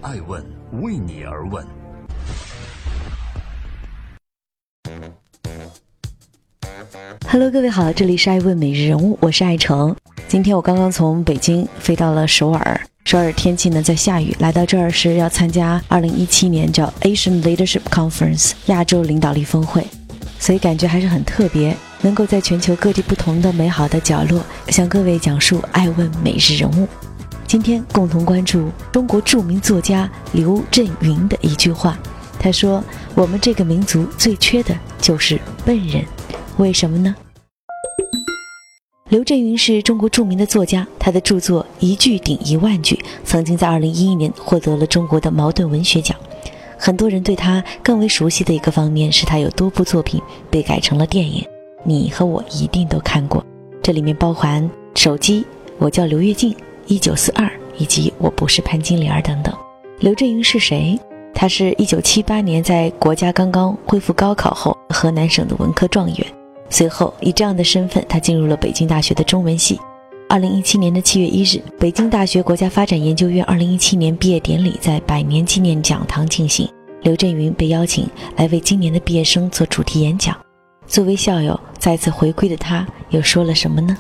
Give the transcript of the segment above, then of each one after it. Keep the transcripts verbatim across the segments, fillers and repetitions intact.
爱问为你而问。 Hello， 各位好，这里是爱问每日人物，我是爱成。今天我刚刚从北京飞到了首尔，首尔天气呢在下雨，来到这儿是要参加二零一七年叫 Asian Leadership Conference 亚洲领导力峰会，所以感觉还是很特别，能够在全球各地不同的美好的角落向各位讲述爱问每日人物。今天共同关注中国著名作家刘震云的一句话，他说：我们这个民族最缺的就是笨人，为什么呢？刘震云是中国著名的作家，他的著作一句顶一万句，曾经在二零一一年获得了中国的茅盾文学奖。很多人对他更为熟悉的一个方面是他有多部作品被改成了电影，你和我一定都看过，这里面包含手机、我叫刘跃进、一九四二以及我不是潘金莲等等。刘震云是谁？他是一九七八年在国家刚刚恢复高考后河南省的文科状元，随后以这样的身份他进入了北京大学的中文系。二零一七年的七月一日，北京大学国家发展研究院二零一七年毕业典礼在百年纪念讲堂进行，刘震云被邀请来为今年的毕业生做主题演讲。作为校友再次回归的他又说了什么呢？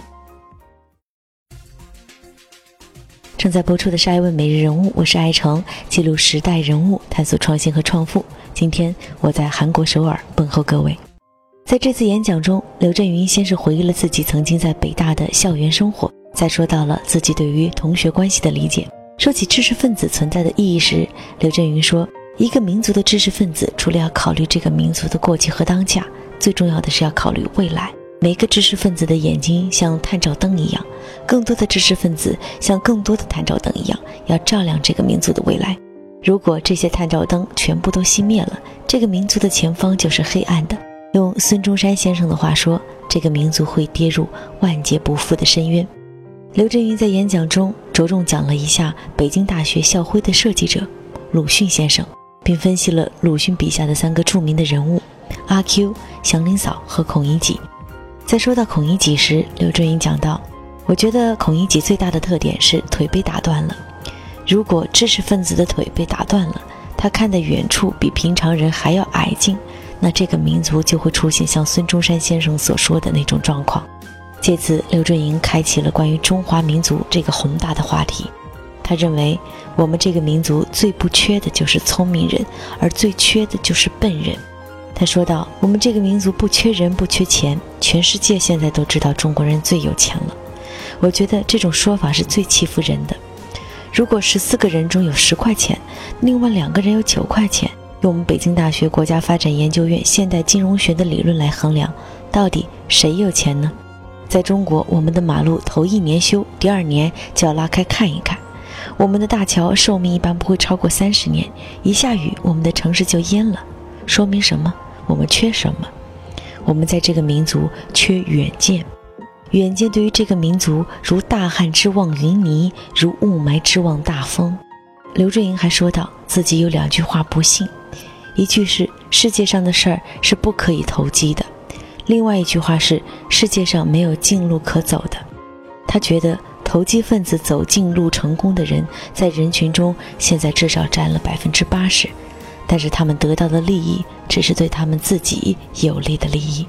正在播出的是爱问每日人物，我是爱成，记录时代人物，探索创新和创富。今天我在韩国首尔问候各位。在这次演讲中，刘震云先是回忆了自己曾经在北大的校园生活，再说到了自己对于同学关系的理解。说起知识分子存在的意义时，刘震云说，一个民族的知识分子除了要考虑这个民族的过去和当下，最重要的是要考虑未来。每个知识分子的眼睛像探照灯一样，更多的知识分子像更多的探照灯一样，要照亮这个民族的未来。如果这些探照灯全部都熄灭了，这个民族的前方就是黑暗的。用孙中山先生的话说，这个民族会跌入万劫不复的深渊。刘震云在演讲中着重讲了一下北京大学校徽的设计者鲁迅先生，并分析了鲁迅笔下的三个著名的人物阿 Q、祥林嫂和孔乙己。在说到孔乙己时，刘震云讲到，我觉得孔乙己最大的特点是腿被打断了。如果知识分子的腿被打断了，他看的远处比平常人还要矮近，那这个民族就会出现像孙中山先生所说的那种状况。借此，刘震云开启了关于中华民族这个宏大的话题。他认为我们这个民族最不缺的就是聪明人，而最缺的就是笨人。他说道，我们这个民族不缺人不缺钱，全世界现在都知道中国人最有钱了。我觉得这种说法是最欺负人的。如果十四个人中有十块钱，另外两个人有九块钱，用我们北京大学国家发展研究院现代金融学的理论来衡量，到底谁有钱呢？在中国，我们的马路头一年修，第二年就要拉开看一看。我们的大桥寿命一般不会超过三十年，一下雨我们的城市就淹了。说明什么？我们缺什么？我们在这个民族缺远见。远见对于这个民族如大旱之望云霓，如雾霾之望大风。刘震云还说到，自己有两句话不信，一句是世界上的事儿是不可以投机的，另外一句话是世界上没有近路可走的。他觉得投机分子走近路成功的人在人群中现在至少占了百分之八十，但是他们得到的利益只是对他们自己有利的利益。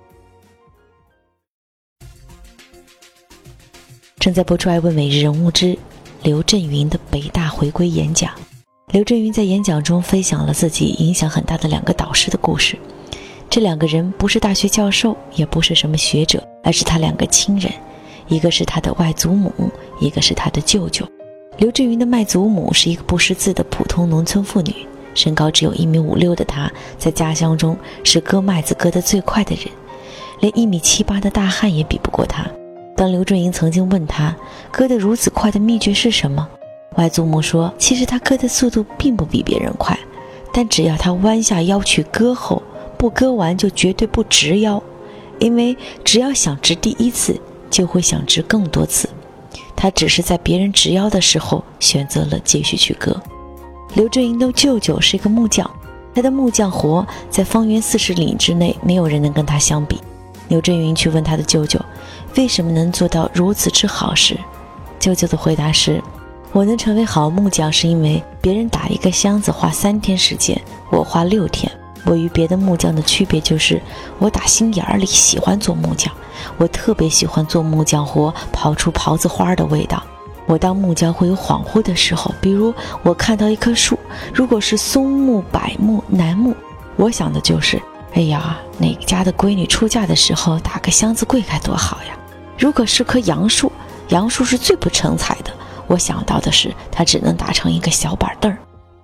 正在播出爱问每日人物之刘震云的北大回归演讲。刘震云在演讲中分享了自己影响很大的两个导师的故事。这两个人不是大学教授，也不是什么学者，而是他两个亲人，一个是他的外祖母，一个是他的舅舅。刘震云的外祖母是一个不识字的普通农村妇女，身高只有一米五六的她，在家乡中是割麦子割得最快的人，连一米七八的大汉也比不过她。当刘震云曾经问他割得如此快的秘诀是什么，外祖母说，其实他割的速度并不比别人快，但只要他弯下腰去割后，不割完就绝对不直腰，因为只要想直第一次，就会想直更多次。他只是在别人直腰的时候选择了继续去割。刘震云的舅舅是一个木匠，他的木匠活在方圆四十里之内没有人能跟他相比。刘震云去问他的舅舅为什么能做到如此之好时，舅舅的回答是， 我能成为好木匠，是因为别人打一个箱子花三天时间，我花六天。我与别的木匠的区别就是，我打心眼里喜欢做木匠，我特别喜欢做木匠活，刨出刨子花的味道。我当木匠会有恍惚的时候，比如我看到一棵树，如果是松木、柏木、楠木，我想的就是，哎呀，哪家的闺女出嫁的时候打个箱子柜该多好呀。如果是棵杨树，杨树是最不成材的，我想到的是它只能打成一个小板凳儿。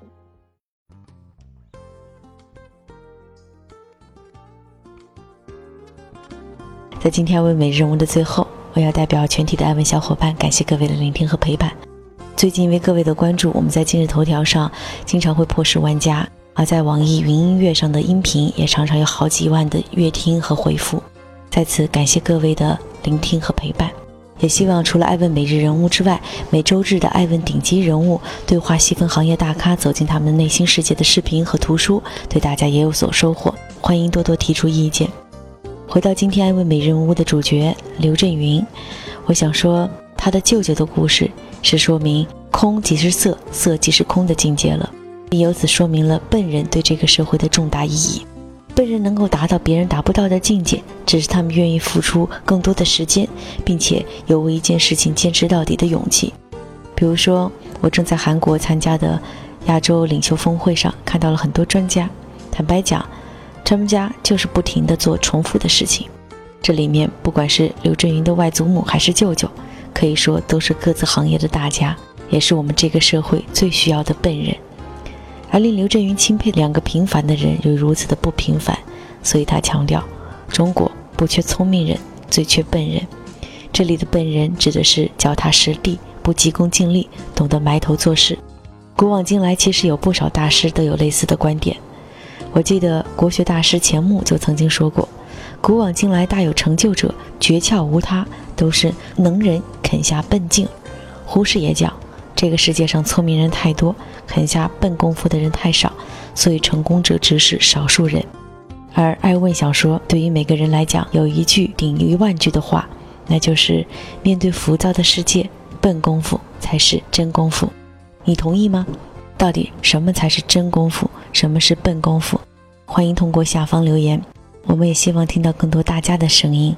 在今天爱问每日人物的最后，我要代表全体的爱问小伙伴感谢各位的聆听和陪伴。最近因为各位的关注，我们在今日头条上经常会破十万加，而在网易云音乐上的音频也常常有好几万的阅听和回复。在此感谢各位的聆听和陪伴，也希望除了爱问每日人物之外，每周日的爱问顶级人物对话细分行业大咖，走进他们的内心世界的视频和图书，对大家也有所收获，欢迎多多提出意见。回到今天爱问每日人物的主角刘震云，我想说他的舅舅的故事是说明空即是色，色即是空的境界了，并由此说明了笨人对这个社会的重大意义。笨人能够达到别人达不到的境界，只是他们愿意付出更多的时间，并且有为一件事情坚持到底的勇气。比如说我正在韩国参加的亚洲领袖峰会上看到了很多专家，坦白讲他们家就是不停地做重复的事情。这里面不管是刘震云的外祖母还是舅舅，可以说都是各自行业的大家，也是我们这个社会最需要的笨人。而令刘震云钦佩两个平凡的人又如此的不平凡，所以他强调中国不缺聪明人，最缺笨人。这里的笨人指的是脚踏实地，不急功近利，懂得埋头做事。古往今来其实有不少大师都有类似的观点。我记得国学大师钱穆就曾经说过，古往今来大有成就者，诀窍无他，都是能人肯下笨劲。胡适也讲，这个世界上聪明人太多，肯下笨功夫的人太少，所以成功者只是少数人。而爱问想说，对于每个人来讲，有一句顶一万句的话，那就是面对浮躁的世界，笨功夫才是真功夫。你同意吗？到底什么才是真功夫，什么是笨功夫？欢迎通过下方留言，我们也希望听到更多大家的声音。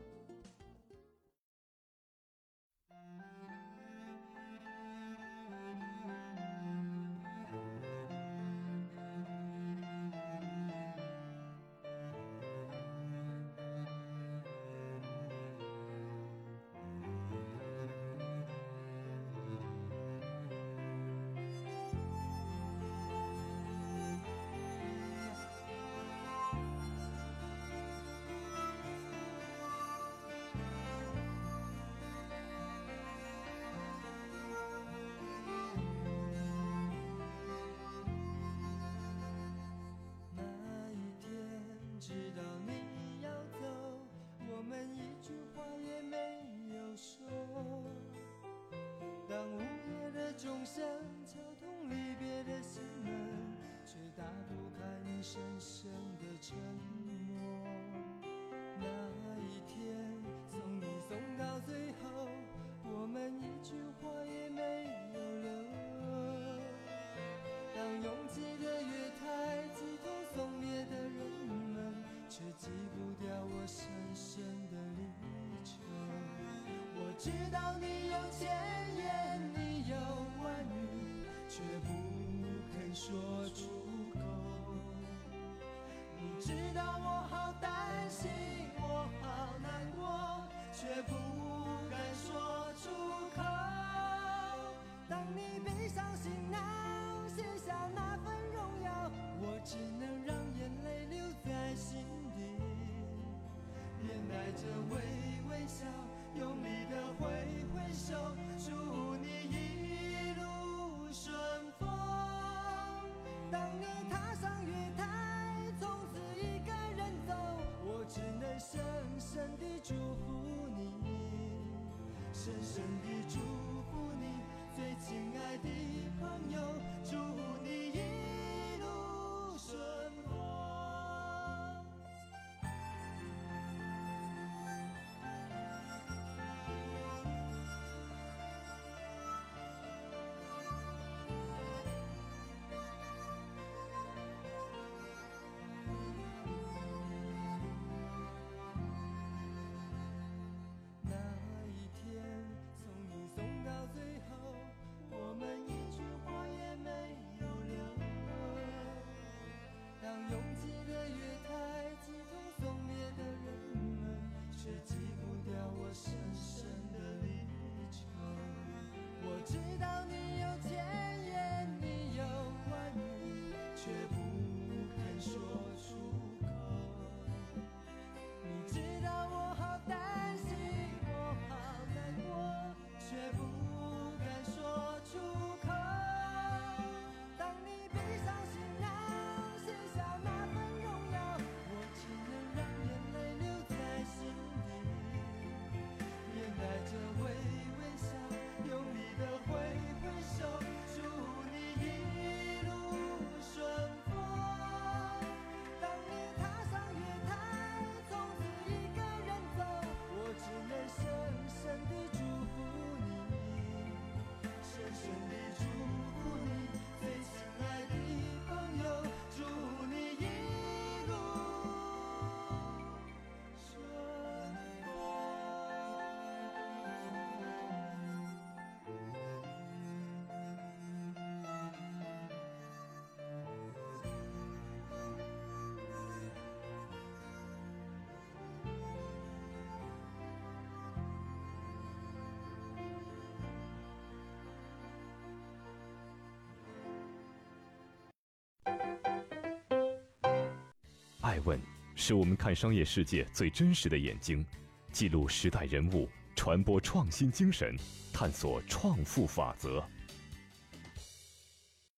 钟声敲痛离别的心门，却打不开你深深的沉默。那一天送你送到最后，我们一句话也没有留。当拥挤的月台挤痛送别的人们，却挤不掉我深深的离愁。我知道你有千言，你有万语，却不肯说出口。你知道我好担心，我好难过，却不敢说出口。当你闭上行囊，卸下那份荣耀，我只能让眼泪留在心底，面带着微微笑，用力的挥挥手，祝你一路顺风。当你踏上月台，从此一个人走，我只能深深地祝福你，深深地祝福你，最亲爱的朋友，祝你一路顺风。 爱问是我们看商业世界最真实的眼睛，记录时代人物，传播创新精神，探索创富法则。